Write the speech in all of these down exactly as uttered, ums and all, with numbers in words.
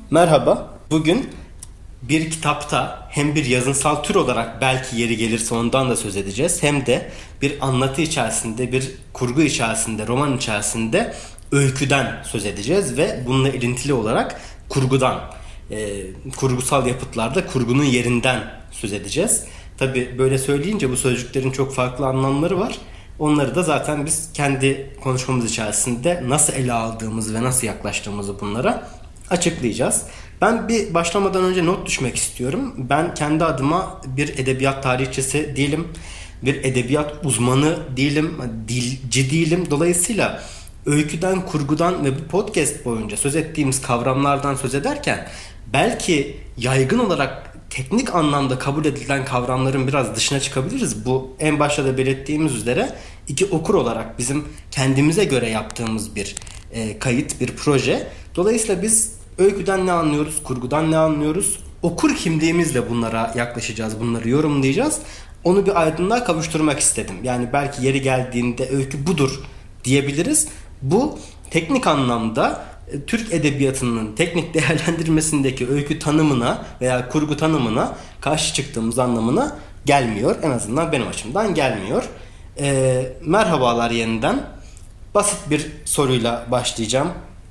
Merhaba. Bugün bir kitapta hem bir yazınsal tür olarak belki yeri gelirse ondan da söz edeceğiz. Hem de bir anlatı içerisinde, bir kurgu içerisinde, roman içerisinde öyküden söz edeceğiz. Ve bununla ilintili olarak kurgudan, e, kurgusal yapıtlarda kurgunun yerinden söz edeceğiz. Tabii böyle söyleyince bu sözcüklerin çok farklı anlamları var. Onları da zaten biz kendi konuşmamız içerisinde nasıl ele aldığımız ve nasıl yaklaştığımızı bunlara açıklayacağız. Ben bir başlamadan önce not düşmek istiyorum. Ben kendi adıma bir edebiyat tarihçisi değilim. Bir edebiyat uzmanı değilim. Dilci değilim. Dolayısıyla öyküden, kurgudan ve bu podcast boyunca söz ettiğimiz kavramlardan söz ederken belki yaygın olarak teknik anlamda kabul edilen kavramların biraz dışına çıkabiliriz. Bu en başta da belirttiğimiz üzere iki okur olarak bizim kendimize göre yaptığımız bir e, kayıt, bir proje. Dolayısıyla biz öyküden ne anlıyoruz, kurgudan ne anlıyoruz, okur kimliğimizle bunlara yaklaşacağız, bunları yorumlayacağız. Onu bir aydınlığa kavuşturmak istedim. Yani belki yeri geldiğinde öykü budur diyebiliriz. Bu teknik anlamda Türk edebiyatının teknik değerlendirmesindeki öykü tanımına veya kurgu tanımına karşı çıktığımız anlamına gelmiyor. En azından benim açımdan gelmiyor. E, merhabalar yeniden. Basit bir soruyla başlayacağım.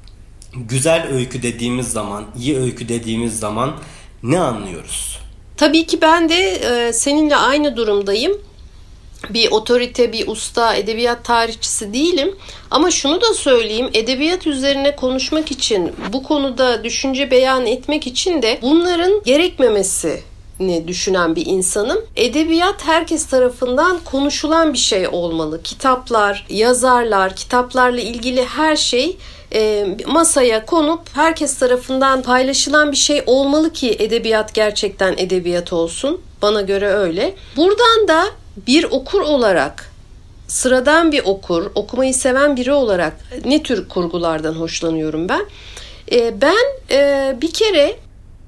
Güzel öykü dediğimiz zaman, iyi öykü dediğimiz zaman ne anlıyoruz? Tabii ki ben de e, seninle aynı durumdayım. Bir otorite, bir usta, edebiyat tarihçisi değilim. Ama şunu da söyleyeyim, edebiyat üzerine konuşmak için, bu konuda düşünce beyan etmek için de bunların gerekmemesi ne düşünen bir insanım. Edebiyat herkes tarafından konuşulan bir şey olmalı. Kitaplar, yazarlar, kitaplarla ilgili her şey e, masaya konup herkes tarafından paylaşılan bir şey olmalı ki edebiyat gerçekten edebiyat olsun. Bana göre öyle. Buradan da bir okur olarak, sıradan bir okur, okumayı seven biri olarak ne tür kurgulardan hoşlanıyorum ben? E, ben e, bir kere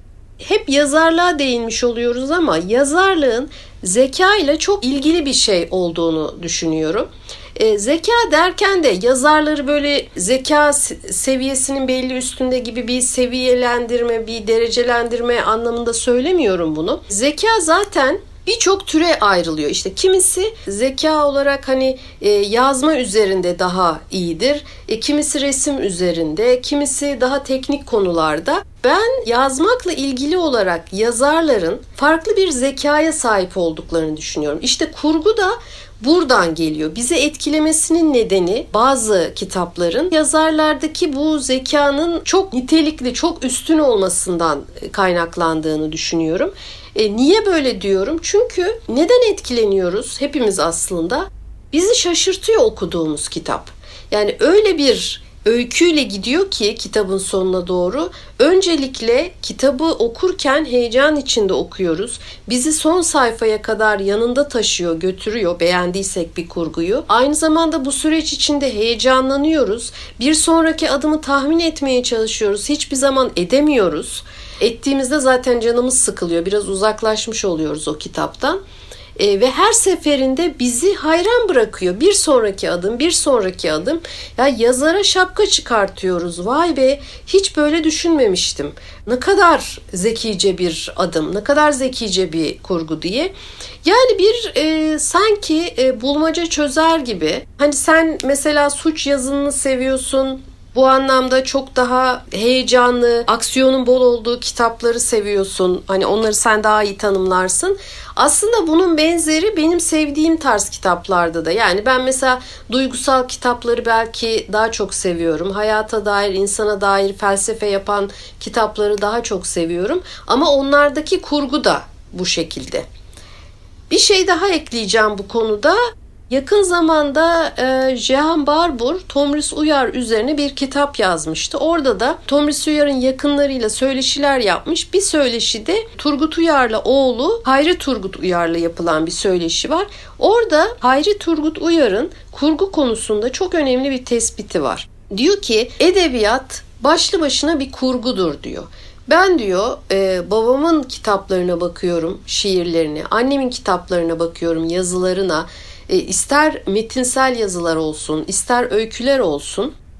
hep yazarlığa değinmiş oluyoruz ama yazarlığın zeka ile çok ilgili bir şey olduğunu düşünüyorum. E, zeka derken de yazarları böyle zeka seviyesinin belli üstünde gibi bir seviyelendirme, bir derecelendirme anlamında söylemiyorum bunu. Zeka zaten birçok türe ayrılıyor. İşte kimisi zeka olarak hani e, yazma üzerinde daha iyidir. E, kimisi resim üzerinde, kimisi daha teknik konularda. Ben yazmakla ilgili olarak yazarların farklı bir zekaya sahip olduklarını düşünüyorum. İşte kurgu da buradan geliyor. Bizi etkilemesinin nedeni bazı kitapların yazarlardaki bu zekanın çok nitelikli, çok üstün olmasından kaynaklandığını düşünüyorum. E, niye böyle diyorum? Çünkü neden etkileniyoruz hepimiz aslında? Bizi şaşırtıyor okuduğumuz kitap. Yani öyle bir öyküyle gidiyor ki kitabın sonuna doğru. Öncelikle kitabı okurken heyecan içinde okuyoruz. Bizi son sayfaya kadar yanında taşıyor, götürüyor beğendiysek bir kurguyu. Aynı zamanda bu süreç içinde heyecanlanıyoruz. Bir sonraki adımı tahmin etmeye çalışıyoruz. Hiçbir zaman edemiyoruz. Ettiğimizde zaten canımız sıkılıyor. Biraz uzaklaşmış oluyoruz o kitaptan. E, ve her seferinde bizi hayran bırakıyor. Bir sonraki adım, bir sonraki adım. Ya yazara şapka çıkartıyoruz. Vay be, hiç böyle düşünmemiştim. Ne kadar zekice bir adım, ne kadar zekice bir kurgu diye. Yani bir e, sanki e, bulmaca çözer gibi. Hani sen mesela suç yazınını seviyorsun. Bu anlamda çok daha heyecanlı, aksiyonun bol olduğu kitapları seviyorsun. Hani onları sen daha iyi tanımlarsın. Aslında bunun benzeri benim sevdiğim tarz kitaplarda da. Yani ben mesela duygusal kitapları belki daha çok seviyorum. Hayata dair, insana dair felsefe yapan kitapları daha çok seviyorum. Ama onlardaki kurgu da bu şekilde. Bir şey daha ekleyeceğim bu konuda. Yakın zamanda e, Cihan Barbur, Tomris Uyar üzerine bir kitap yazmıştı. Orada da Tomris Uyar'ın yakınlarıyla söyleşiler yapmış. Bir söyleşide Turgut Uyar'la oğlu Hayri Turgut Uyar'la yapılan bir söyleşi var. Orada Hayri Turgut Uyar'ın kurgu konusunda çok önemli bir tespiti var. Diyor ki edebiyat başlı başına bir kurgudur diyor. Ben diyor e, babamın kitaplarına bakıyorum, şiirlerine, annemin kitaplarına bakıyorum, yazılarına. E, ister metinsel yazılar olsun, ister öyküler olsun.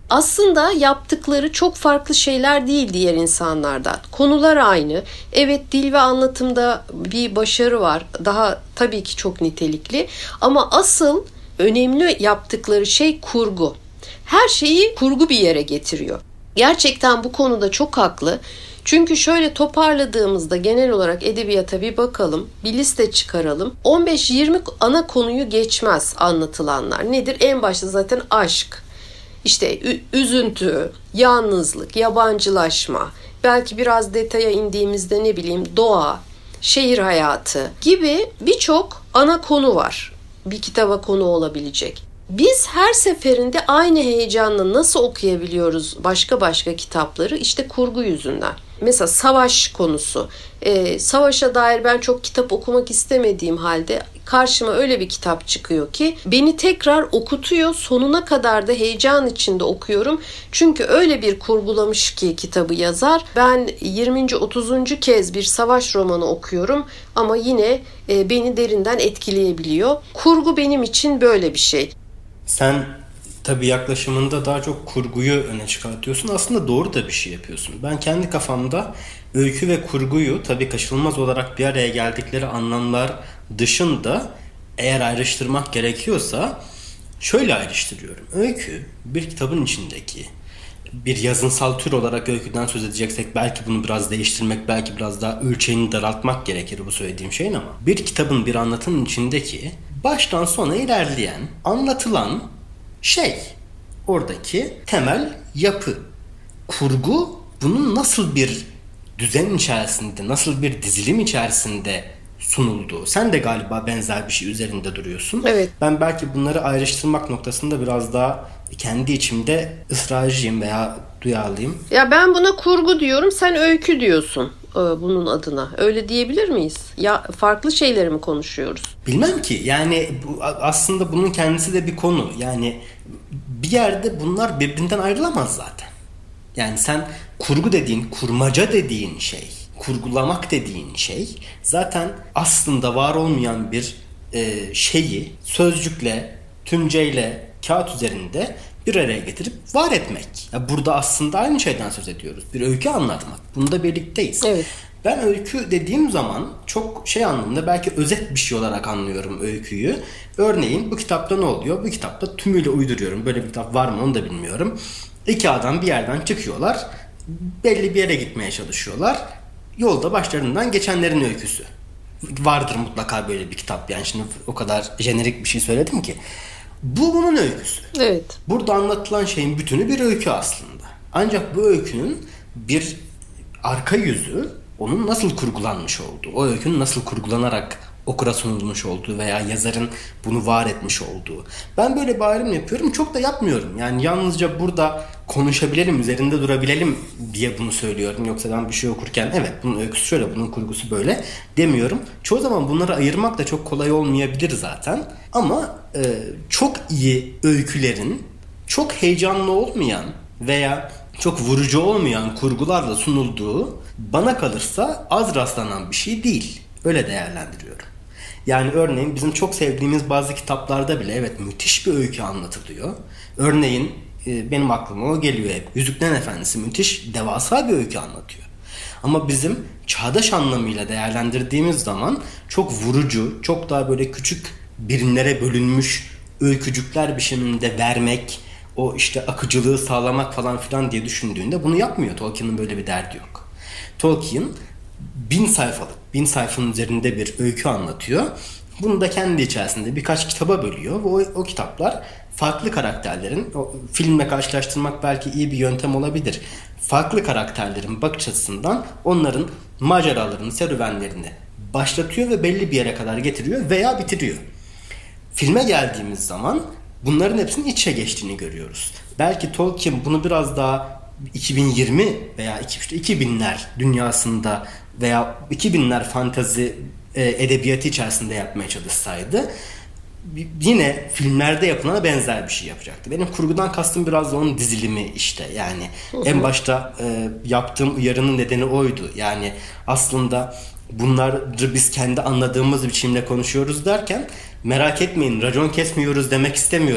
Aslında yaptıkları çok farklı şeyler değil diğer insanlardan. Konular aynı. Evet, dil ve anlatımda bir başarı var. Daha tabii ki çok nitelikli. Ama asıl önemli yaptıkları şey kurgu. Her şeyi kurgu bir yere getiriyor. Gerçekten bu konuda çok haklı. Çünkü şöyle toparladığımızda genel olarak edebiyata bir bakalım, bir liste çıkaralım. on beş yirmi ana konuyu geçmez anlatılanlar. Nedir? En başta zaten aşk, işte üzüntü, yalnızlık, yabancılaşma, belki biraz detaya indiğimizde ne bileyim doğa, şehir hayatı gibi birçok ana konu var. Bir kitaba konu olabilecek. Biz her seferinde aynı heyecanla nasıl okuyabiliyoruz başka başka kitapları? İşte kurgu yüzünden. Mesela savaş konusu. Ee, savaşa dair ben çok kitap okumak istemediğim halde karşıma öyle bir kitap çıkıyor ki beni tekrar okutuyor. Sonuna kadar da heyecan içinde okuyorum. Çünkü öyle bir kurgulamış ki kitabı yazar. Ben yirminci otuzuncu kez bir savaş romanı okuyorum ama yine e, beni derinden etkileyebiliyor. Kurgu benim için böyle bir şey. Sen tabii yaklaşımında daha çok kurguyu öne çıkartıyorsun. Aslında doğru da bir şey yapıyorsun. Ben kendi kafamda öykü ve kurguyu tabii kaçınılmaz olarak bir araya geldikleri anlamlar dışında eğer ayrıştırmak gerekiyorsa şöyle ayrıştırıyorum. Öykü bir kitabın içindeki bir yazınsal tür olarak öyküden söz edeceksek belki bunu biraz değiştirmek, belki biraz daha ölçeğini daraltmak gerekir bu söylediğim şeyin ama bir kitabın, bir anlatının içindeki baştan sona ilerleyen, anlatılan şey, oradaki temel yapı. Kurgu bunun nasıl bir düzen içerisinde, nasıl bir dizilim içerisinde sunulduğu. Sen de galiba benzer bir şey üzerinde duruyorsun. Evet. Ben belki bunları ayrıştırmak noktasında biraz daha kendi içimde ısrarcıyım veya duyarlıyım. Ya ben buna kurgu diyorum, sen öykü diyorsun bunun adına. Öyle diyebilir miyiz? Ya farklı şeyleri mi konuşuyoruz? Bilmem ki. Yani bu, aslında bunun kendisi de bir konu. Yani bir yerde bunlar birbirinden ayrılamaz zaten. Yani sen kurgu dediğin, kurmaca dediğin şey, kurgulamak dediğin şey zaten aslında var olmayan bir e, şeyi sözcükle, tümceyle, kağıt üzerinde bir araya getirip var etmek. Ya burada aslında aynı şeyden söz ediyoruz. Bir öykü anlatmak. Bunda birlikteyiz. Evet. Ben öykü dediğim zaman çok şey anlamda belki özet bir şey olarak anlıyorum öyküyü. Örneğin bu kitapta ne oluyor? Bu kitapta tümüyle uyduruyorum. Böyle bir kitap var mı onu da bilmiyorum. İki adam bir yerden çıkıyorlar. Belli bir yere gitmeye çalışıyorlar. Yolda başlarından geçenlerin öyküsü. Vardır mutlaka böyle bir kitap. Yani şimdi o kadar jenerik bir şey söyledim ki. Bu bunun öyküsü. Evet. Burada anlatılan şeyin bütünü bir öykü aslında. Ancak bu öykünün bir arka yüzü onun nasıl kurgulanmış olduğu, o öykünün nasıl kurgulanarak okura sunulmuş olduğu veya yazarın bunu var etmiş olduğu. Ben böyle bir ayrım yapıyorum. Çok da yapmıyorum. Yani yalnızca burada konuşabilelim, üzerinde durabilelim diye bunu söylüyorum. Yoksa ben bir şey okurken evet bunun öyküsü şöyle, bunun kurgusu böyle demiyorum. Çoğu zaman bunları ayırmak da çok kolay olmayabilir zaten. Ama e, çok iyi öykülerin çok heyecanlı olmayan veya çok vurucu olmayan kurgularla sunulduğu bana kalırsa az rastlanan bir şey değil. Öyle değerlendiriyorum. Yani örneğin bizim çok sevdiğimiz bazı kitaplarda bile evet müthiş bir öykü anlatılıyor. Örneğin e, benim aklıma o geliyor hep. Yüzüklerin Efendisi müthiş, devasa bir öykü anlatıyor. Ama bizim çağdaş anlamıyla değerlendirdiğimiz zaman çok vurucu, çok daha böyle küçük birimlere bölünmüş öykücükler biçiminde vermek, o işte akıcılığı sağlamak falan filan diye düşündüğünde bunu yapmıyor. Tolkien'in böyle bir derdi yok. Tolkien bin sayfalık, bin sayfanın üzerinde bir öykü anlatıyor. Bunu da kendi içerisinde birkaç kitaba bölüyor ve o, o kitaplar farklı karakterlerin, o filmle karşılaştırmak belki iyi bir yöntem olabilir. Farklı karakterlerin bakış açısından onların maceralarını, serüvenlerini başlatıyor ve belli bir yere kadar getiriyor veya bitiriyor. Filme geldiğimiz zaman bunların hepsinin iç içe geçtiğini görüyoruz. Belki Tolkien bunu biraz daha iki bin yirmi veya iki binler dünyasında veya iki binler fantezi e, edebiyatı içerisinde yapmaya çalışsaydı yine filmlerde yapılana benzer bir şey yapacaktı. Benim kurgudan kastım biraz da onun dizilimi işte. Yani hı hı. En başta e, yaptığım uyarının nedeni oydu. Yani aslında bunları biz kendi anladığımız biçimde konuşuyoruz derken merak etmeyin racon kesmiyoruz demek istemiyorum.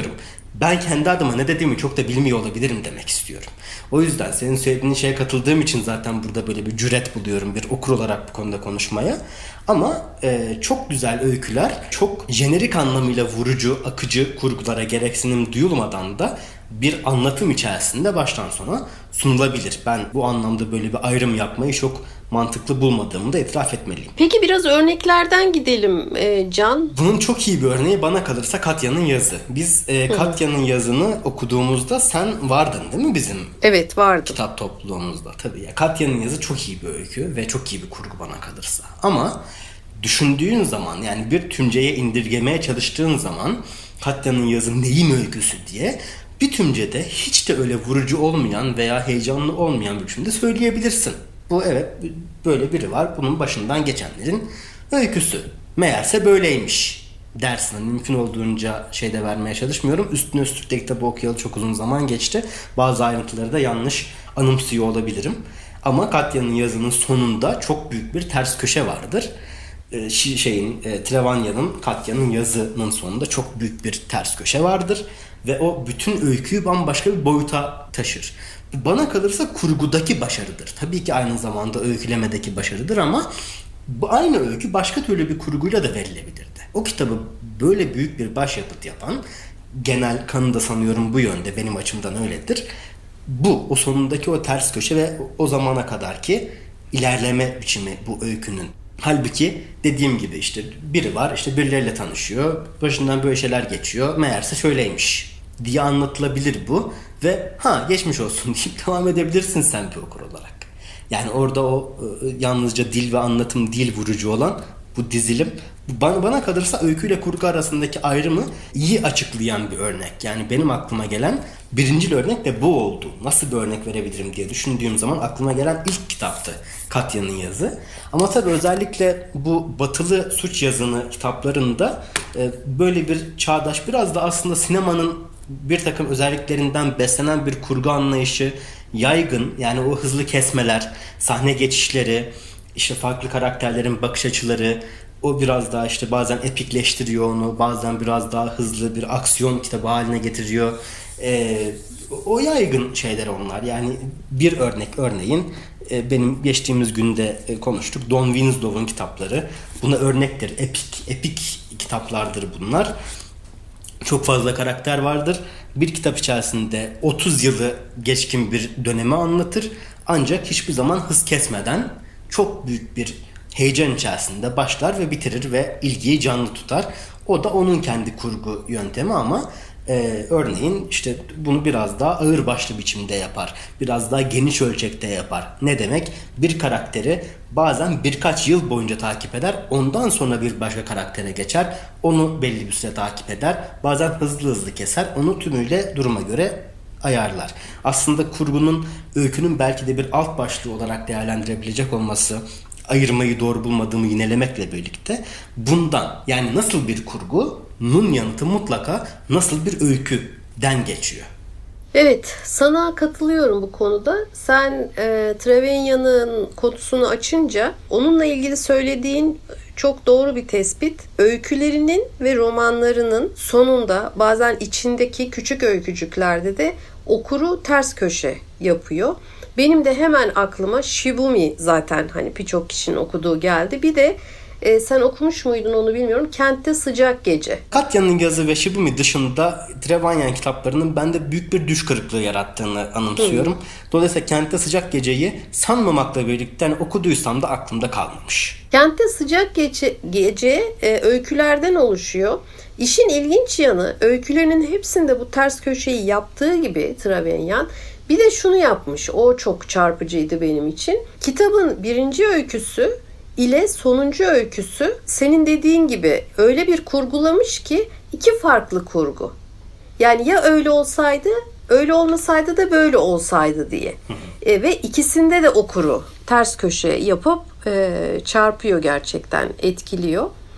ben kendi adıma ne dediğimi çok da bilmiyor olabilirim demek istiyorum. O yüzden senin söylediğin şeye katıldığım için zaten burada böyle bir cüret buluyorum bir okur olarak bu konuda konuşmaya. Ama e, çok güzel öyküler, çok jenerik anlamıyla vurucu, akıcı kurgulara gereksinim duyulmadan da bir anlatım içerisinde baştan sona sunulabilir. Ben bu anlamda böyle bir ayrım yapmayı çok mantıklı bulmadığımı da itiraf etmeliyim. Peki biraz örneklerden gidelim e, Can. Bunun çok iyi bir örneği bana kalırsa Katya'nın yazı. Biz e, Katya'nın yazını okuduğumuzda sen vardın değil mi bizim? Evet, vardım. Kitap topluluğumuzda tabii. Ya, Katya'nın yazı çok iyi bir öykü ve çok iyi bir kurgu bana kalırsa. Ama düşündüğün zaman, yani bir tümceye indirgemeye çalıştığın zaman Katya'nın yazı neyin öyküsü diye bir tümcede hiç de öyle vurucu olmayan veya heyecanlı olmayan bir biçimde söyleyebilirsin. Bu evet, böyle biri var, bunun başından geçenlerin öyküsü. Meğerse böyleymiş dersin. Yani mümkün olduğunca şeyde vermeye çalışmıyorum. Üstüne üstlük de kitabı okuyalı çok uzun zaman geçti. Bazı ayrıntıları da yanlış anımsıyor olabilirim. Ama Katya'nın yazının sonunda çok büyük bir ters köşe vardır. Ee, şeyin e, Trevania'nın Katya'nın yazının sonunda çok büyük bir ters köşe vardır. Ve o bütün öyküyü bambaşka bir boyuta taşır. Bana kalırsa kurgudaki başarıdır. Tabii ki aynı zamanda öykülemedeki başarıdır ama bu aynı öykü başka türlü bir kurguyla da verilebilirdi. O kitabı böyle büyük bir başyapıt yapan, genel kanı da sanıyorum bu yönde, benim açımdan öyledir. Bu, o sonundaki o ters köşe ve o zamana kadarki ilerleme biçimi bu öykünün. Halbuki dediğim gibi işte biri var, işte birileriyle tanışıyor, başından böyle şeyler geçiyor, meğerse şöyleymiş diye anlatılabilir bu ve ha geçmiş olsun deyip devam edebilirsin sen bir okur olarak. Yani orada o yalnızca dil ve anlatım değil vurucu olan bu dizilim bana, bana kalırsa öyküyle kurgu arasındaki ayrımı iyi açıklayan bir örnek. Yani benim aklıma gelen birincil örnek de bu oldu. Nasıl bir örnek verebilirim diye düşündüğüm zaman aklıma gelen ilk kitaptı Katya'nın yazı. Ama tabii özellikle bu batılı suç yazını kitaplarında e, böyle bir çağdaş, biraz da aslında sinemanın bir takım özelliklerinden beslenen bir kurgu anlayışı yaygın. Yani o hızlı kesmeler, sahne geçişleri, işte farklı karakterlerin bakış açıları, o biraz daha işte bazen epikleştiriyor onu, bazen biraz daha hızlı bir aksiyon kitabı haline getiriyor. Ee, o yaygın şeyler onlar. Yani bir örnek örneğin e, benim geçtiğimiz günde e, konuştuk. Don Winslow'un kitapları buna örnektir. Epik, epik kitaplardır bunlar. Çok fazla karakter vardır. Bir kitap içerisinde otuz yılı geçkin bir dönemi anlatır. Ancak hiçbir zaman hız kesmeden çok büyük bir heyecan içerisinde başlar ve bitirir ve ilgiyi canlı tutar. O da onun kendi kurgu yöntemi ama e, örneğin işte bunu biraz daha ağırbaşlı biçimde yapar. Biraz daha geniş ölçekte yapar. Ne demek? Bir karakteri bazen birkaç yıl boyunca takip eder. Ondan sonra bir başka karaktere geçer. Onu belli bir süre takip eder. Bazen hızlı hızlı keser. Onu tümüyle duruma göre ayarlar. Aslında kurgunun, öykünün belki de bir alt başlığı olarak değerlendirebilecek olması, ayırmayı doğru bulmadığımı yinelemekle birlikte bundan, yani nasıl bir kurgunun yanıtı mutlaka nasıl bir öyküden geçiyor. Evet, sana katılıyorum bu konuda. Sen e, Trevania'nın konusunu açınca onunla ilgili söylediğin çok doğru bir tespit. Öykülerinin ve romanlarının sonunda bazen içindeki küçük öykücüklerde de okuru ters köşe yapıyor. Benim de hemen aklıma Shibumi, zaten hani birçok kişinin okuduğu geldi. Bir de e, sen okumuş muydun onu bilmiyorum. Kentte Sıcak Gece. Katya'nın yazı ve Shibumi dışında Trevanian kitaplarının bende büyük bir düş kırıklığı yarattığını anımsıyorum. Hı. Dolayısıyla Kentte Sıcak Gece'yi sanmamakla birlikte hani okuduysam da aklımda kalmamış. Kentte Sıcak Gece, gece e, öykülerden oluşuyor. İşin ilginç yanı, öykülerinin hepsinde bu ters köşeyi yaptığı gibi Trevanian bir de şunu yapmış. O çok çarpıcıydı benim için. Kitabın birinci öyküsü ile sonuncu öyküsü senin dediğin gibi öyle bir kurgulamış ki iki farklı kurgu. Yani ya öyle olsaydı, öyle olmasaydı da böyle olsaydı diye. E, ve ikisinde de okuru ters köşe yapıp e, çarpıyor, gerçekten etkiliyor.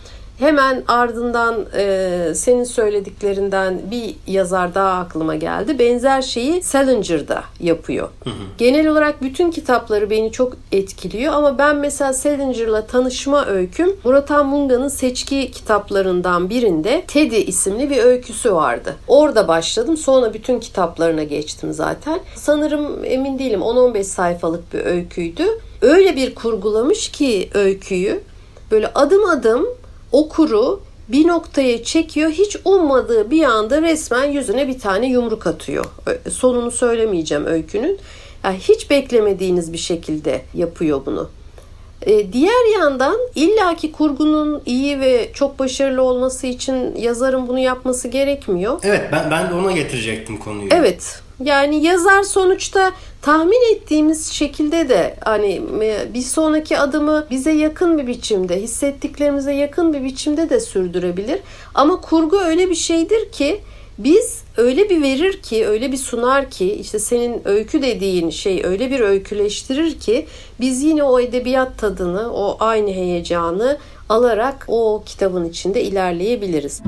Hemen ardından e, senin söylediklerinden bir yazar daha aklıma geldi. Benzer şeyi Salinger'da yapıyor. Hı hı. Genel olarak bütün kitapları beni çok etkiliyor ama ben mesela Salinger'la tanışma öyküm Murat Anmunga'nın Seçki kitaplarından birinde Teddy isimli bir öyküsü vardı. Orada başladım. Sonra bütün kitaplarına geçtim zaten. Sanırım emin değilim on on beş sayfalık bir öyküydü. Öyle bir kurgulamış ki öyküyü böyle adım adım okuru bir noktaya çekiyor. Hiç ummadığı bir anda resmen yüzüne bir tane yumruk atıyor. Sonunu söylemeyeceğim öykünün. Yani hiç beklemediğiniz bir şekilde yapıyor bunu. Ee, diğer yandan illaki kurgunun iyi ve çok başarılı olması için yazarın bunu yapması gerekmiyor. Evet, ben ben de ona getirecektim konuyu. Evet. Yani yazar sonuçta tahmin ettiğimiz şekilde de hani bir sonraki adımı bize yakın bir biçimde, hissettiklerimize yakın bir biçimde de sürdürebilir. Ama kurgu öyle bir şeydir ki biz öyle bir verir ki, öyle bir sunar ki, işte senin öykü dediğin şey öyle bir öyküleştirir ki biz yine o edebiyat tadını, o aynı heyecanı alarak o kitabın içinde ilerleyebiliriz.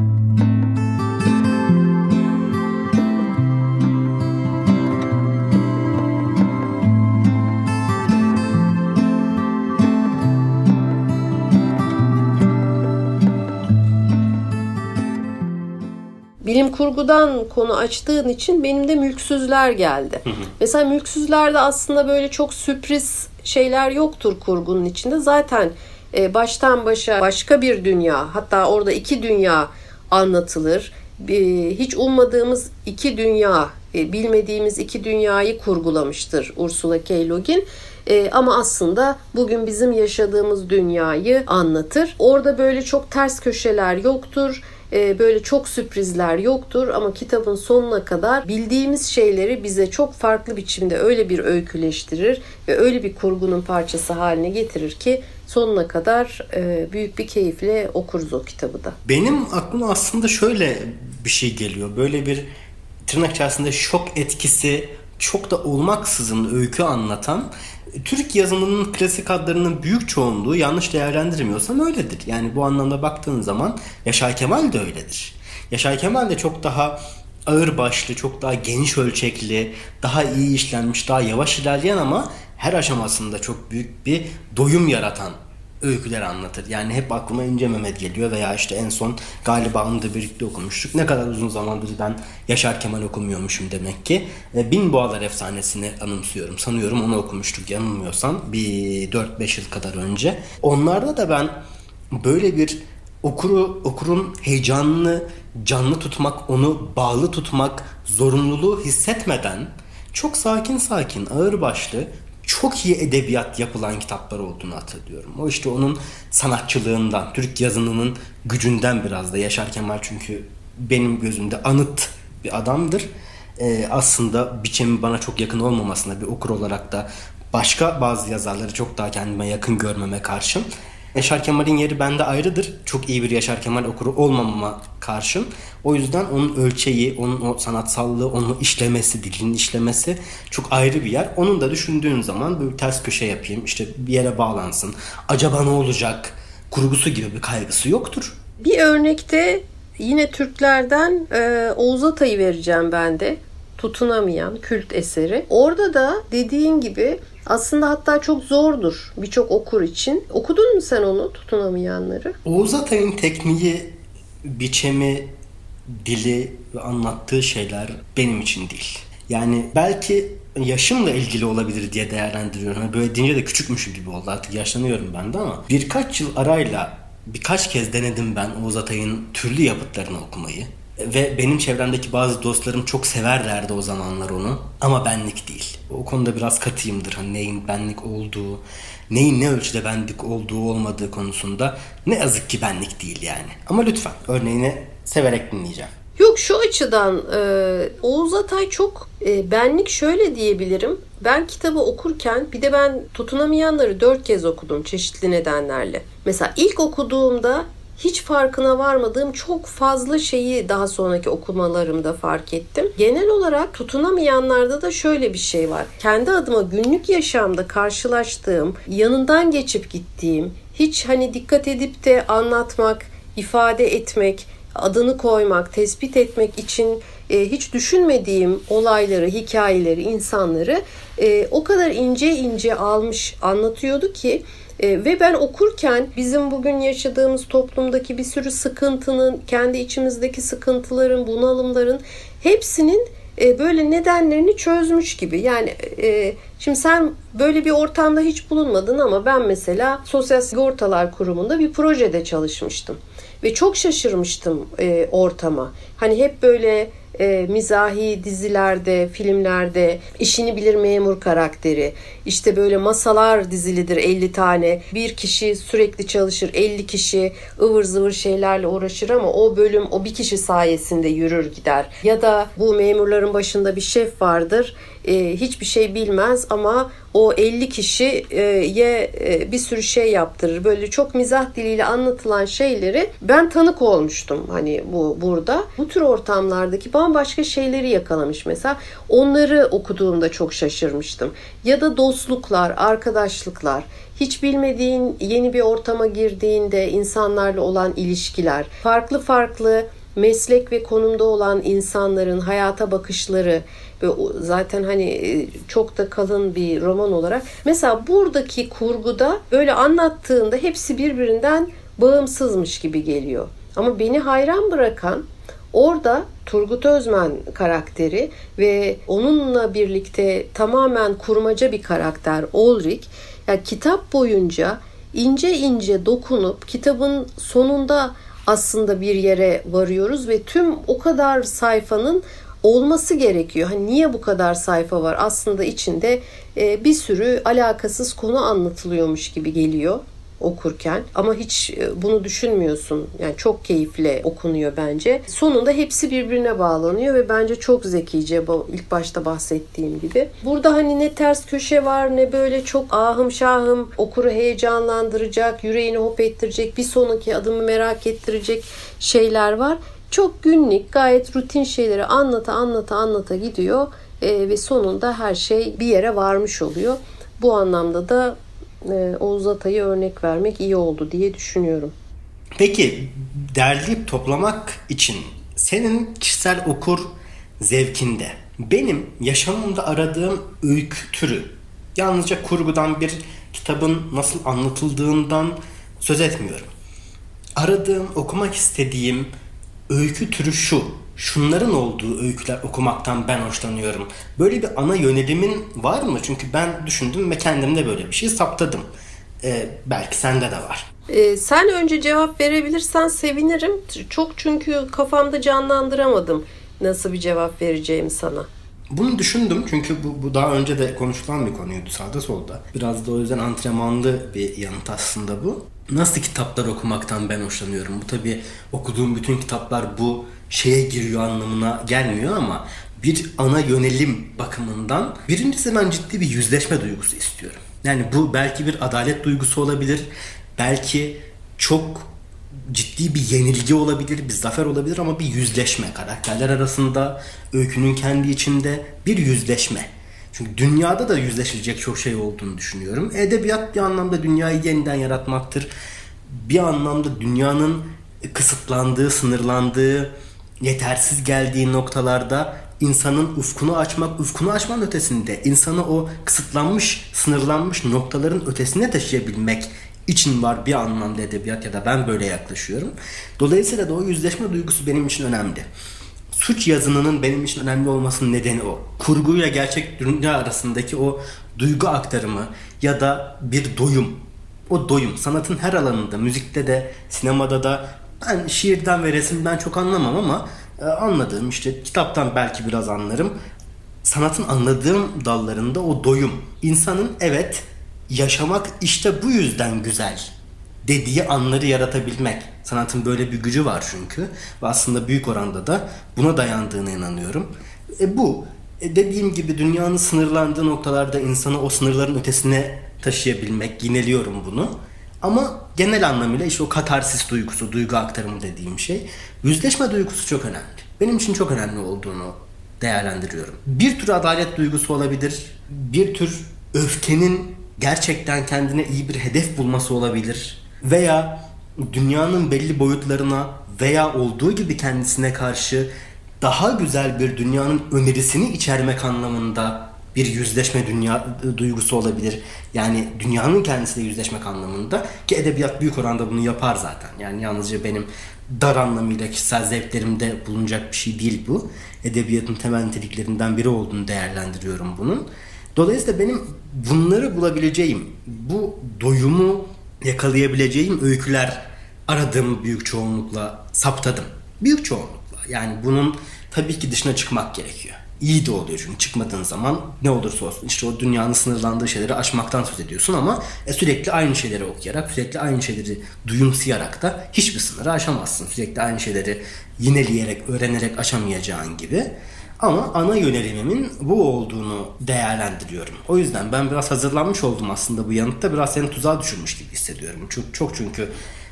Bilim kurgudan konu açtığın için benim de Mülksüzler geldi. Hı hı. Mesela Mülksüzler'de aslında böyle çok sürpriz şeyler yoktur kurgunun içinde. Zaten e, baştan başa başka bir dünya, hatta orada iki dünya anlatılır. E, hiç ummadığımız iki dünya, e, bilmediğimiz iki dünyayı kurgulamıştır Ursula K. Le Guin. E, ama aslında bugün bizim yaşadığımız dünyayı anlatır. Orada böyle çok ters köşeler yoktur. Böyle çok sürprizler yoktur ama kitabın sonuna kadar bildiğimiz şeyleri bize çok farklı biçimde öyle bir öyküleştirir ve öyle bir kurgunun parçası haline getirir ki sonuna kadar büyük bir keyifle okuruz o kitabı da. Benim aklıma aslında şöyle bir şey geliyor. Böyle bir tırnak içerisinde şok etkisi çok da olmaksızın öykü anlatan Türk yazımının klasik adlarının büyük çoğunluğu, yanlış değerlendirmiyorsam öyledir. Yani bu anlamda baktığın zaman Yaşar Kemal de öyledir. Yaşar Kemal de çok daha ağırbaşlı, çok daha geniş ölçekli, daha iyi işlenmiş, daha yavaş ilerleyen ama her aşamasında çok büyük bir doyum yaratan öyküler anlatır. Yani hep aklıma İnce Mehmet geliyor veya işte en son galiba onu da birlikte okumuştuk. Ne kadar uzun zamandır ben Yaşar Kemal okumuyormuşum demek ki. Bin Boğalar Efsanesi'ni anımsıyorum. Sanıyorum onu okumuştuk yanılmıyorsam bir dört beş yıl kadar önce. Onlarda da ben böyle bir okuru, okurun heyecanını canlı tutmak, onu bağlı tutmak zorunluluğu hissetmeden çok sakin sakin, ağırbaşlı, çok iyi edebiyat yapılan kitaplar olduğunu hatırlıyorum. O işte onun sanatçılığından, Türk yazınının gücünden biraz da. Yaşar Kemal çünkü benim gözümde anıt bir adamdır. Ee, aslında biçimi bana çok yakın olmamasına bir okur olarak da başka bazı yazarları çok daha kendime yakın görmeme karşın Yaşar Kemal'in yeri bende ayrıdır. Çok iyi bir Yaşar Kemal okuru olmamama karşın. O yüzden onun ölçeği, onun o sanatsallığı, onun işlemesi, dilinin işlemesi çok ayrı bir yer. Onun da düşündüğün zaman böyle ters köşe yapayım, işte bir yere bağlansın, acaba ne olacak kurgusu gibi bir kaygısı yoktur. Bir örnekte yine Türklerden e, Oğuz Atay'ı vereceğim ben de. Tutunamayan kült eseri. Orada da dediğin gibi aslında hatta çok zordur birçok okur için. Okudun mu sen onu, Tutunamayanları? Oğuz Atay'ın tekniği, biçimi, dili ve anlattığı şeyler benim için değil. Yani belki yaşımla ilgili olabilir diye değerlendiriyorum. Hani böyle deyince de küçükmüşüm gibi oldu. Artık yaşlanıyorum ben de ama birkaç yıl arayla birkaç kez denedim ben Oğuz Atay'ın türlü yapıtlarını okumayı. Ve benim çevremdeki bazı dostlarım çok severlerdi o zamanlar onu. Ama benlik değil. O konuda biraz katıyımdır. Hani neyin benlik olduğu, neyin ne ölçüde benlik olduğu olmadığı konusunda ne yazık ki benlik değil yani. Ama lütfen örneğini severek dinleyeceğim. Yok, şu açıdan e, Oğuz Atay çok e, benlik şöyle diyebilirim. Ben kitabı okurken, bir de ben Tutunamayanları dört kez okudum çeşitli nedenlerle. Mesela ilk okuduğumda hiç farkına varmadığım çok fazla şeyi daha sonraki okumalarımda fark ettim. Genel olarak Tutunamayanlarda da şöyle bir şey var. Kendi adıma günlük yaşamda karşılaştığım, yanından geçip gittiğim, hiç hani dikkat edip de anlatmak, ifade etmek, adını koymak, tespit etmek için e, hiç düşünmediğim olayları, hikayeleri, insanları e, o kadar ince ince almış anlatıyordu ki e, ve ben okurken bizim bugün yaşadığımız toplumdaki bir sürü sıkıntının, kendi içimizdeki sıkıntıların, bunalımların hepsinin e, böyle nedenlerini çözmüş gibi. Yani e, şimdi sen böyle bir ortamda hiç bulunmadın ama ben mesela Sosyal Sigortalar Kurumu'nda bir projede çalışmıştım. Ve çok şaşırmıştım e, ortama. Hani hep böyle e, mizahi dizilerde, filmlerde işini bilir memur karakteri. İşte böyle masalar dizilidir elli tane. Bir kişi sürekli çalışır, elli kişi ıvır zıvır şeylerle uğraşır ama o bölüm o bir kişi sayesinde yürür gider. Ya da bu memurların başında bir şef vardır. E, hiçbir şey bilmez ama o elli kişiye e, bir sürü şey yaptırır. Böyle çok mizah diliyle anlatılan şeyleri ben tanık olmuştum hani bu burada. Bu tür ortamlardaki bambaşka şeyleri yakalamış mesela. Onları okuduğumda çok şaşırmıştım. Ya da dostluklar, arkadaşlıklar, hiç bilmediğin yeni bir ortama girdiğinde insanlarla olan ilişkiler, farklı farklı meslek ve konumda olan insanların hayata bakışları ve zaten hani çok da kalın bir roman olarak. Mesela buradaki kurguda böyle anlattığında hepsi birbirinden bağımsızmış gibi geliyor. Ama beni hayran bırakan orada Turgut Özmen karakteri ve onunla birlikte tamamen kurmaca bir karakter Ulrich. Yani kitap boyunca ince ince dokunup kitabın sonunda aslında bir yere varıyoruz ve tüm o kadar sayfanın olması gerekiyor. Hani niye bu kadar sayfa var? Aslında içinde e, bir sürü alakasız konu anlatılıyormuş gibi geliyor okurken. Ama hiç e, bunu düşünmüyorsun. Yani çok keyifle okunuyor bence. Sonunda hepsi birbirine bağlanıyor ve bence çok zekice, bu ilk başta bahsettiğim gibi. Burada hani ne ters köşe var ne böyle çok ahım şahım okuru heyecanlandıracak, yüreğini hop ettirecek, bir sonraki adımı merak ettirecek şeyler var. Çok günlük, gayet rutin şeyleri anlata anlata anlata gidiyor e, ve sonunda her şey bir yere varmış oluyor. Bu anlamda da e, Oğuz Atay'ı örnek vermek iyi oldu diye düşünüyorum. Peki derleyip toplamak için senin kişisel okur zevkinde benim yaşamımda aradığım öykü türü, yalnızca kurgudan bir kitabın nasıl anlatıldığından söz etmiyorum. Aradığım, okumak istediğim öykü türü şu. Şunların olduğu öyküler okumaktan ben hoşlanıyorum. Böyle bir ana yönelimin var mı? Çünkü ben düşündüm ve kendimde böyle bir şey saptadım. Ee, belki sende de var. Ee, sen önce cevap verebilirsen sevinirim. Çok çünkü kafamda canlandıramadım nasıl bir cevap vereceğimi sana. Bunu düşündüm çünkü bu, bu daha önce de konuşulan bir konuydu sağda solda. Biraz da o yüzden antrenmanlı bir yanıt aslında bu. Nasıl kitaplar okumaktan ben hoşlanıyorum? Bu tabii okuduğum bütün kitaplar bu şeye giriyor anlamına gelmiyor ama bir ana yönelim bakımından birincisi ben ciddi bir yüzleşme duygusu istiyorum. Yani bu belki bir adalet duygusu olabilir. Belki çok ciddi bir yenilgi olabilir, bir zafer olabilir ama bir yüzleşme. Karakterler arasında, öykünün kendi içinde bir yüzleşme. Çünkü dünyada da yüzleşilecek çok şey olduğunu düşünüyorum. Edebiyat bir anlamda dünyayı yeniden yaratmaktır. Bir anlamda dünyanın kısıtlandığı, sınırlandığı, yetersiz geldiği noktalarda insanın ufkunu açmak, ufkunu açmanın ötesinde insanı o kısıtlanmış, sınırlanmış noktaların ötesine taşıyabilmek için var bir anlamda edebiyat, ya da ben böyle yaklaşıyorum. Dolayısıyla da o yüzleşme duygusu benim için önemli. Suç yazınının benim için önemli olmasının nedeni o. Kurguyla gerçek dünya arasındaki o duygu aktarımı ya da bir doyum. O doyum sanatın her alanında, müzikte de, sinemada da. Ben şiirden ve resimden çok anlamam ama e, anladığım işte kitaptan belki biraz anlarım. Sanatın anladığım dallarında o doyum. İnsanın evet yaşamak işte bu yüzden güzel dediği anları yaratabilmek. Sanatın böyle bir gücü var çünkü. Ve aslında büyük oranda da buna dayandığına inanıyorum. E bu e dediğim gibi dünyanın sınırlandığı noktalarda insanı o sınırların ötesine taşıyabilmek. Yineliyorum bunu. Ama genel anlamıyla işte o katarsis duygusu, duygu aktarımı dediğim şey. Yüzleşme duygusu çok önemli. Benim için çok önemli olduğunu değerlendiriyorum. Bir tür adalet duygusu olabilir. Bir tür öfkenin gerçekten kendine iyi bir hedef bulması olabilir. Veya dünyanın belli boyutlarına veya olduğu gibi kendisine karşı daha güzel bir dünyanın önerisini içermek anlamında bir yüzleşme dünya duygusu olabilir. Yani dünyanın kendisiyle yüzleşmek anlamında, ki edebiyat büyük oranda bunu yapar zaten. Yani yalnızca benim dar anlamıyla kişisel zevklerimde bulunacak bir şey değil bu. Edebiyatın temel niteliklerinden biri olduğunu değerlendiriyorum bunun. Dolayısıyla benim bunları bulabileceğim, bu doyumu yakalayabileceğim öyküler aradığım büyük çoğunlukla saptadım. Büyük çoğunlukla. Yani bunun tabii ki dışına çıkmak gerekiyor. İyi de oluyor çünkü çıkmadığın zaman ne olursa olsun işte o dünyanın sınırlandığı şeyleri aşmaktan söz ediyorsun ama e, sürekli aynı şeyleri okuyarak, sürekli aynı şeyleri duyumsayarak da hiçbir sınırı aşamazsın. Sürekli aynı şeyleri yineleyerek, öğrenerek aşamayacağın gibi. Ama ana yönelimimin bu olduğunu değerlendiriyorum. O yüzden ben biraz hazırlanmış oldum aslında bu yanıtta. Biraz seni tuzağa düşürmüş gibi hissediyorum. Çok, çok çünkü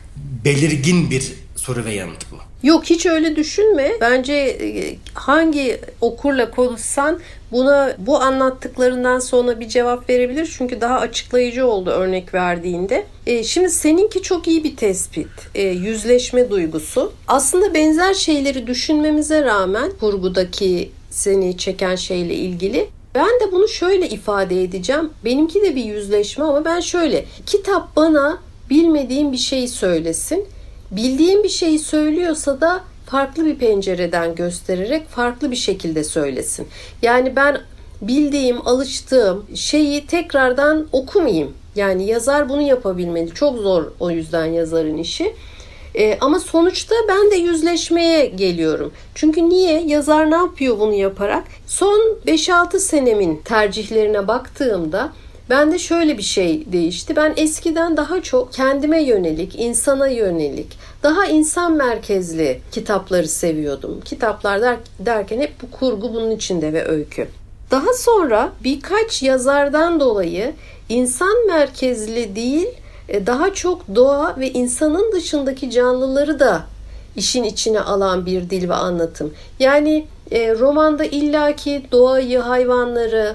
belirgin bir soru ve yanıt bu. Yok, hiç öyle düşünme. Bence hangi okurla konuşsan buna bu anlattıklarından sonra bir cevap verebilir. Çünkü daha açıklayıcı oldu örnek verdiğinde. E, şimdi seninki çok iyi bir tespit. E, yüzleşme duygusu. Aslında benzer şeyleri düşünmemize rağmen kurgudaki seni çeken şeyle ilgili ben de bunu şöyle ifade edeceğim. Benimki de bir yüzleşme ama ben şöyle. Kitap bana bilmediğim bir şeyi söylesin. Bildiğim bir şeyi söylüyorsa da farklı bir pencereden göstererek farklı bir şekilde söylesin. Yani ben bildiğim, alıştığım şeyi tekrardan okumayayım. Yani yazar bunu yapabilmeli. Çok zor o yüzden yazarın işi. Ee, ama sonuçta ben de yüzleşmeye geliyorum. Çünkü niye? Yazar ne yapıyor bunu yaparak? Son beş altı senemin tercihlerine baktığımda ben de şöyle bir şey değişti. Ben eskiden daha çok kendime yönelik, insana yönelik, daha insan merkezli kitapları seviyordum. Kitaplar der, derken hep bu kurgu bunun içinde ve öykü. Daha sonra birkaç yazardan dolayı insan merkezli değil, daha çok doğa ve insanın dışındaki canlıları da işin içine alan bir dil ve anlatım. Yani e, romanda illaki doğayı, hayvanları,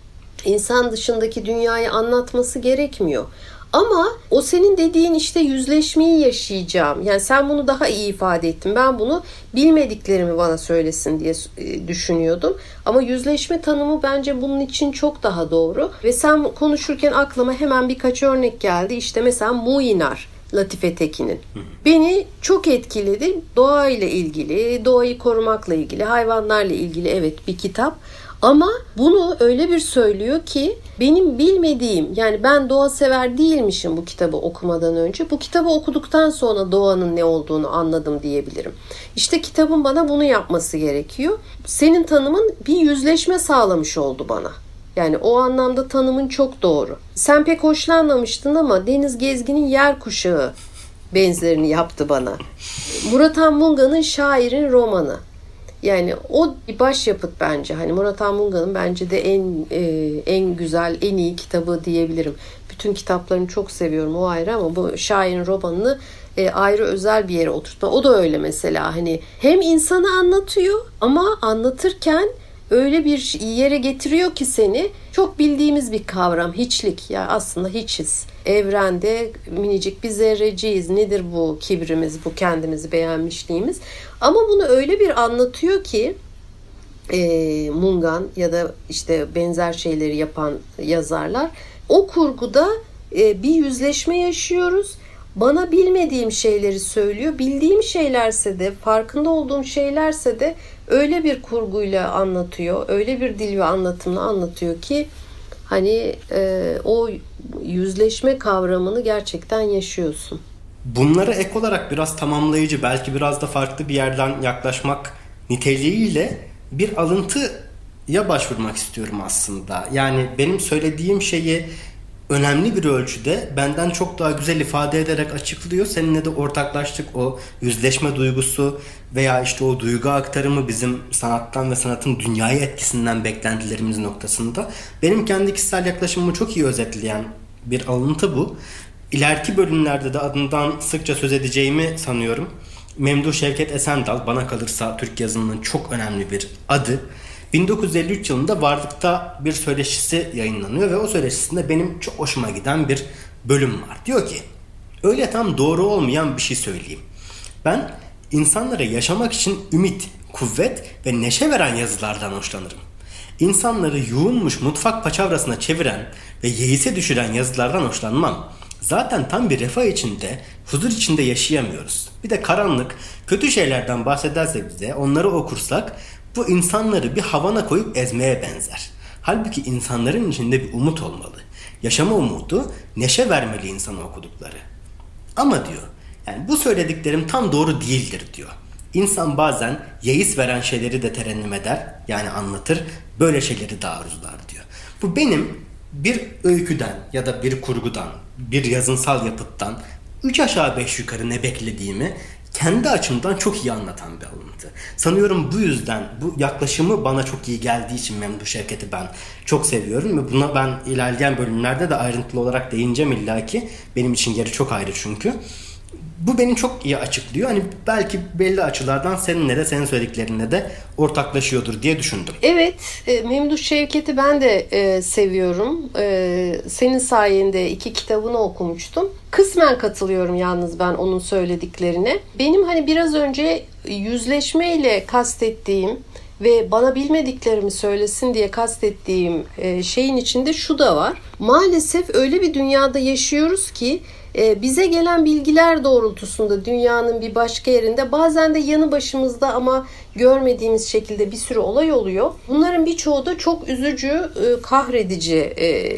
İnsan dışındaki dünyayı anlatması gerekmiyor. Ama o senin dediğin işte yüzleşmeyi yaşayacağım. Yani sen bunu daha iyi ifade ettin. Ben bunu bilmediklerimi bana söylesin diye düşünüyordum. Ama yüzleşme tanımı bence bunun için çok daha doğru. Ve sen konuşurken aklıma hemen birkaç örnek geldi. İşte mesela Muinar, Latife Tekin'in. Beni çok etkiledi. Doğayla ilgili, doğayı korumakla ilgili, hayvanlarla ilgili evet bir kitap. Ama bunu öyle bir söylüyor ki benim bilmediğim, yani ben doğa sever değilmişim bu kitabı okumadan önce. Bu kitabı okuduktan sonra doğanın ne olduğunu anladım diyebilirim. İşte kitabın bana bunu yapması gerekiyor. Senin tanımın bir yüzleşme sağlamış oldu bana. Yani o anlamda tanımın çok doğru. Sen pek hoşlanmamıştın ama Deniz Gezgin'in Yer Kuşağı benzerini yaptı bana. Murat Anmunga'nın Şairin romanı. Yani o bir başyapıt bence. Hani Murat Anmunga'nın bence de en e, en güzel, en iyi kitabı diyebilirim. Bütün kitaplarını çok seviyorum, o ayrı, ama bu Şairin romanını e, ayrı özel bir yere oturtma. O da öyle mesela. Hani hem insanı anlatıyor ama anlatırken öyle bir yere getiriyor ki seni, çok bildiğimiz bir kavram, hiçlik. Ya aslında hiçiz. Evrende minicik bir zerreciyiz. Nedir bu kibrimiz, bu kendimizi beğenmişliğimiz? Ama bunu öyle bir anlatıyor ki e, Mungan ya da işte benzer şeyleri yapan yazarlar. O kurguda e, bir yüzleşme yaşıyoruz. Bana bilmediğim şeyleri söylüyor. Bildiğim şeylerse de, farkında olduğum şeylerse de öyle bir kurguyla anlatıyor. Öyle bir dil ve anlatımla anlatıyor ki hani e, o yüzleşme kavramını gerçekten yaşıyorsun. Bunlara ek olarak biraz tamamlayıcı, belki biraz da farklı bir yerden yaklaşmak niteliğiyle bir alıntıya başvurmak istiyorum aslında. Yani benim söylediğim şeyi önemli bir ölçüde benden çok daha güzel ifade ederek açıklıyor. Seninle de ortaklaştık, o yüzleşme duygusu veya işte o duygu aktarımı bizim sanattan ve sanatın dünyaya etkisinden beklentilerimiz noktasında. Benim kendi kişisel yaklaşımımı çok iyi özetleyen bir alıntı bu. İleriki bölümlerde de adından sıkça söz edeceğimi sanıyorum. Memduh Şevket Esendal, bana kalırsa Türk yazınının çok önemli bir adı. bin dokuz yüz elli üç yılında Varlık'ta bir söyleşisi yayınlanıyor ve o söyleşisinde benim çok hoşuma giden bir bölüm var. Diyor ki, öyle tam doğru olmayan bir şey söyleyeyim. Ben insanlara yaşamak için ümit, kuvvet ve neşe veren yazılardan hoşlanırım. İnsanları yuğunmuş mutfak paçavrasına çeviren ve yeise düşüren yazılardan hoşlanmam. Zaten tam bir refah içinde, huzur içinde yaşayamıyoruz. Bir de karanlık, kötü şeylerden bahsederse bize, onları okursak bu insanları bir havana koyup ezmeye benzer. Halbuki insanların içinde bir umut olmalı. Yaşama umudu, neşe vermeli insana okudukları. Ama diyor, yani bu söylediklerim tam doğru değildir diyor. İnsan bazen yeis veren şeyleri de terennüm eder, yani anlatır, böyle şeyleri de arzular diyor. Bu benim bir öyküden ya da bir kurgudan, bir yazınsal yapıttan üç aşağı beş yukarı ne beklediğimi kendi açımdan çok iyi anlatan bir alıntı. Sanıyorum bu yüzden bu yaklaşımı bana çok iyi geldiği için Memduh Şevket'i ben çok seviyorum ve buna ben ilerleyen bölümlerde de ayrıntılı olarak değineceğim illaki. Benim için yeri çok ayrı çünkü. Bu beni çok iyi açıklıyor. Hani belki belli açılardan seninle de senin söylediklerinle de ortaklaşıyordur diye düşündüm. Evet, e, Memduh Şevket'i ben de e, seviyorum. E, senin sayende iki kitabını okumuştum. Kısmen katılıyorum yalnız ben onun söylediklerine. Benim hani biraz önce yüzleşmeyle kastettiğim ve bana bilmediklerimi söylesin diye kastettiğim e, şeyin içinde şu da var. Maalesef öyle bir dünyada yaşıyoruz ki bize gelen bilgiler doğrultusunda dünyanın bir başka yerinde bazen de yanı başımızda ama görmediğimiz şekilde bir sürü olay oluyor. Bunların birçoğu da çok üzücü, kahredici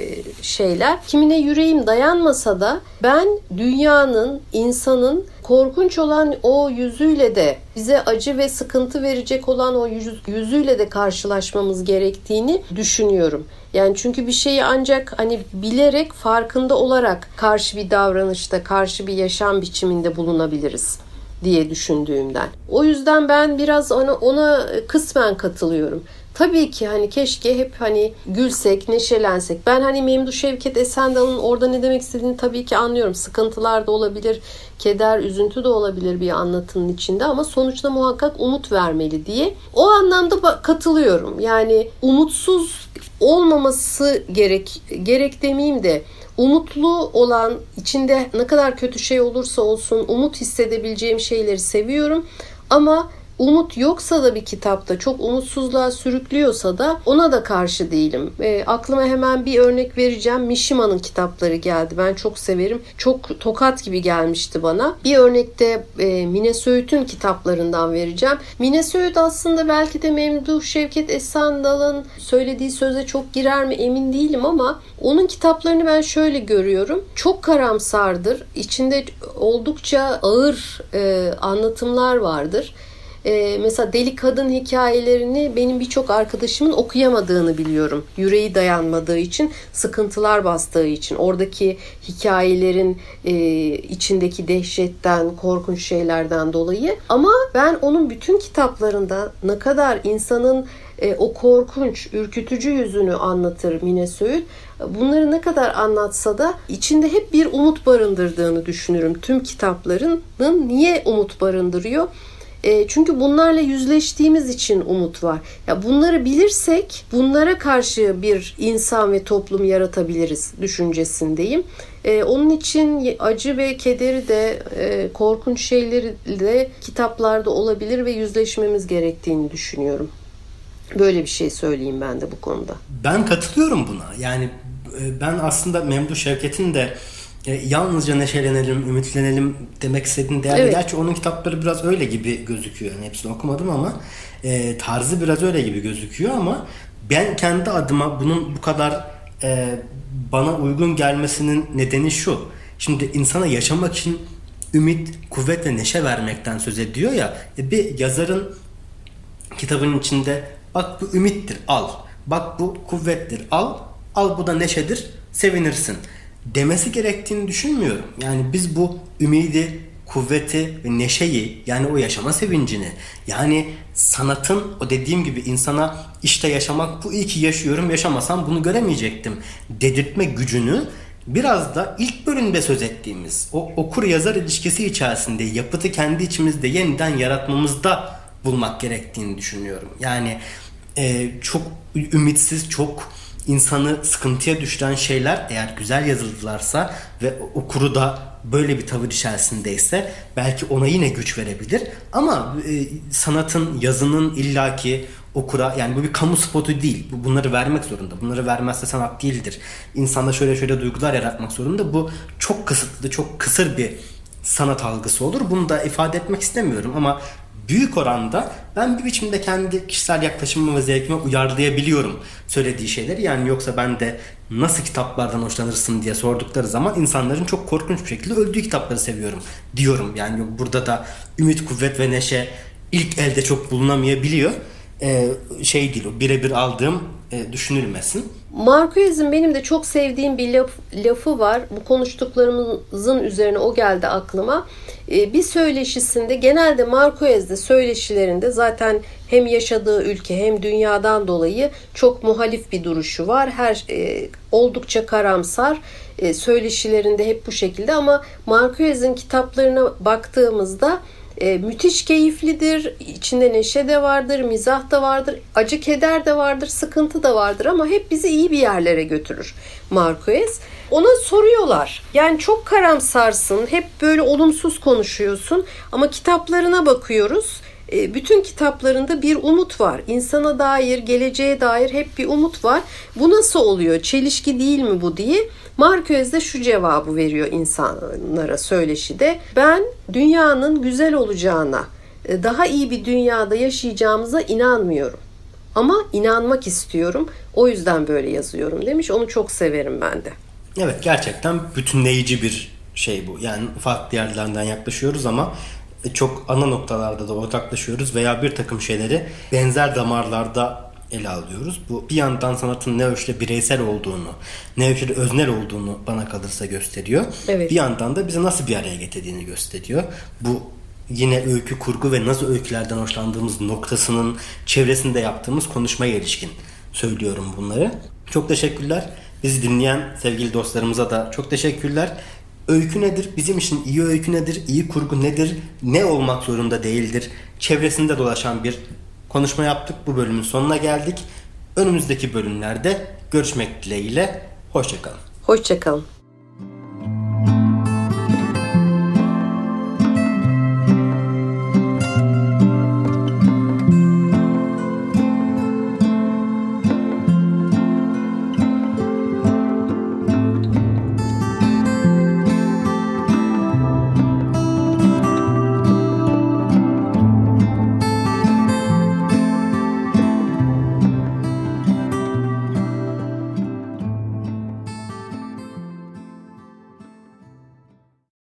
şeyler. Kimine yüreğim dayanmasa da ben dünyanın, insanın korkunç olan o yüzüyle de bize acı ve sıkıntı verecek olan o yüzüyle de karşılaşmamız gerektiğini düşünüyorum. Yani çünkü bir şeyi ancak hani bilerek, farkında olarak karşı bir davranışta, karşı bir yaşam biçiminde bulunabiliriz diye düşündüğümden. O yüzden ben biraz ona, ona kısmen katılıyorum. Tabii ki hani keşke hep hani gülsek, neşelensek. Ben hani Memduh Şevket Esendal'ın orada ne demek istediğini tabii ki anlıyorum. Sıkıntılar da olabilir, keder, üzüntü de olabilir bir anlatının içinde ama sonuçta muhakkak umut vermeli diye. O anlamda katılıyorum. Yani umutsuz olmaması gerek, gerek demeyeyim de umutlu olan, içinde ne kadar kötü şey olursa olsun umut hissedebileceğim şeyleri seviyorum. Ama umut yoksa da bir kitapta çok umutsuzluğa sürüklüyorsa da ona da karşı değilim. E, aklıma hemen bir örnek vereceğim. Mishima'nın kitapları geldi. Ben çok severim. Çok tokat gibi gelmişti bana. Bir örnekte e, Mine Söğüt'ün kitaplarından vereceğim. Mine Söğüt aslında belki de Memduh Şevket Esendal'ın söylediği söze çok girer mi emin değilim ama onun kitaplarını ben şöyle görüyorum. Çok karamsardır. İçinde oldukça ağır e, anlatımlar vardır. Ee, mesela deli kadın hikayelerini benim birçok arkadaşımın okuyamadığını biliyorum. Yüreği dayanmadığı için, sıkıntılar bastığı için. Oradaki hikayelerin e, içindeki dehşetten, korkunç şeylerden dolayı. Ama ben onun bütün kitaplarında ne kadar insanın e, o korkunç, ürkütücü yüzünü anlatır Mine Söğüt. Bunları ne kadar anlatsa da içinde hep bir umut barındırdığını düşünürüm. Tüm kitaplarının niye umut barındırıyor? Çünkü bunlarla yüzleştiğimiz için umut var. Ya bunları bilirsek bunlara karşı bir insan ve toplum yaratabiliriz düşüncesindeyim. Ee, onun için acı ve kederi de e, korkunç şeyleri de kitaplarda olabilir ve yüzleşmemiz gerektiğini düşünüyorum. Böyle bir şey söyleyeyim ben de bu konuda. Ben katılıyorum buna. Yani ben aslında Memduh Şevket'in de yalnızca neşelenelim, ümitlenelim demek istediğin değerli. Evet. Gerçi onun kitapları biraz öyle gibi gözüküyor. Yani hepsini okumadım ama e, tarzı biraz öyle gibi gözüküyor ama ben kendi adıma bunun bu kadar e, bana uygun gelmesinin nedeni şu. Şimdi insana yaşamak için ümit, kuvvet ve neşe vermekten söz ediyor ya. E, bir yazarın kitabının içinde bak bu ümittir, al. Bak bu kuvvettir, al. Al bu da neşedir, sevinirsin demesi gerektiğini düşünmüyorum. Yani biz bu ümidi, kuvveti ve neşeyi, yani o yaşama sevincini, yani sanatın o dediğim gibi insana işte yaşamak, bu iyi ki yaşıyorum, yaşamasam bunu göremeyecektim dedirtme gücünü biraz da ilk bölümde söz ettiğimiz o okur yazar ilişkisi içerisinde yapıtı kendi içimizde yeniden yaratmamızda bulmak gerektiğini düşünüyorum. Yani e, çok ümitsiz, çok insanı sıkıntıya düşüren şeyler eğer güzel yazıldılarsa ve okuru da böyle bir tavır içerisindeyse belki ona yine güç verebilir. Ama e, sanatın, yazının illaki okura, yani bu bir kamu spotu değil. Bu, bunları vermek zorunda. Bunları vermezse sanat değildir. İnsanda şöyle şöyle duygular yaratmak zorunda. Bu çok kısıtlı, çok kısır bir sanat algısı olur. Bunu da ifade etmek istemiyorum ama büyük oranda ben bir biçimde kendi kişisel yaklaşımımı ve zevkime uyarlayabiliyorum söylediği şeyleri. Yani yoksa ben de nasıl kitaplardan hoşlanırsın diye sordukları zaman insanların çok korkunç bir şekilde öldüğü kitapları seviyorum diyorum. Yani burada da ümit, kuvvet ve neşe ilk elde çok bulunamayabiliyor. Ee, şey değil, o birebir aldığım e, düşünülmesin. Marquez'in benim de çok sevdiğim bir laf, lafı var. Bu konuştuklarımızın üzerine o geldi aklıma. Ee, bir söyleşisinde, genelde Marquez'de söyleşilerinde zaten hem yaşadığı ülke hem dünyadan dolayı çok muhalif bir duruşu var. Her e, oldukça karamsar. E, söyleşilerinde hep bu şekilde ama Marquez'in kitaplarına baktığımızda E, müthiş keyiflidir. İçinde neşe de vardır, mizah da vardır, acı keder de vardır, sıkıntı da vardır ama hep bizi iyi bir yerlere götürür Marquez. Ona soruyorlar. Yani çok karamsarsın, hep böyle olumsuz konuşuyorsun ama kitaplarına bakıyoruz. E, bütün kitaplarında bir umut var. İnsana dair, geleceğe dair hep bir umut var. Bu nasıl oluyor? Çelişki değil mi bu diye. Marquez de şu cevabı veriyor insanlara söyleşide. Ben dünyanın güzel olacağına, daha iyi bir dünyada yaşayacağımıza inanmıyorum. Ama inanmak istiyorum. O yüzden böyle yazıyorum demiş. Onu çok severim ben de. Evet, gerçekten bütünleyici bir şey bu. Yani farklı yerlerden yaklaşıyoruz ama çok ana noktalarda da ortaklaşıyoruz veya bir takım şeyleri benzer damarlarda ele alıyoruz. Bu bir yandan sanatın ne ölçüde bireysel olduğunu, ne ölçüde öznel olduğunu bana kalırsa gösteriyor. Evet. Bir yandan da bizi nasıl bir araya getirdiğini gösteriyor. Bu yine öykü, kurgu ve nasıl öykülerden hoşlandığımız noktasının çevresinde yaptığımız konuşmaya ilişkin söylüyorum bunları. Çok teşekkürler. Bizi dinleyen sevgili dostlarımıza da çok teşekkürler. Öykü nedir? Bizim için iyi öykü nedir? İyi kurgu nedir? Ne olmak zorunda değildir? Çevresinde dolaşan bir konuşma yaptık. Bu bölümün sonuna geldik. Önümüzdeki bölümlerde görüşmek dileğiyle. Hoşça kalın. Hoşça kalın.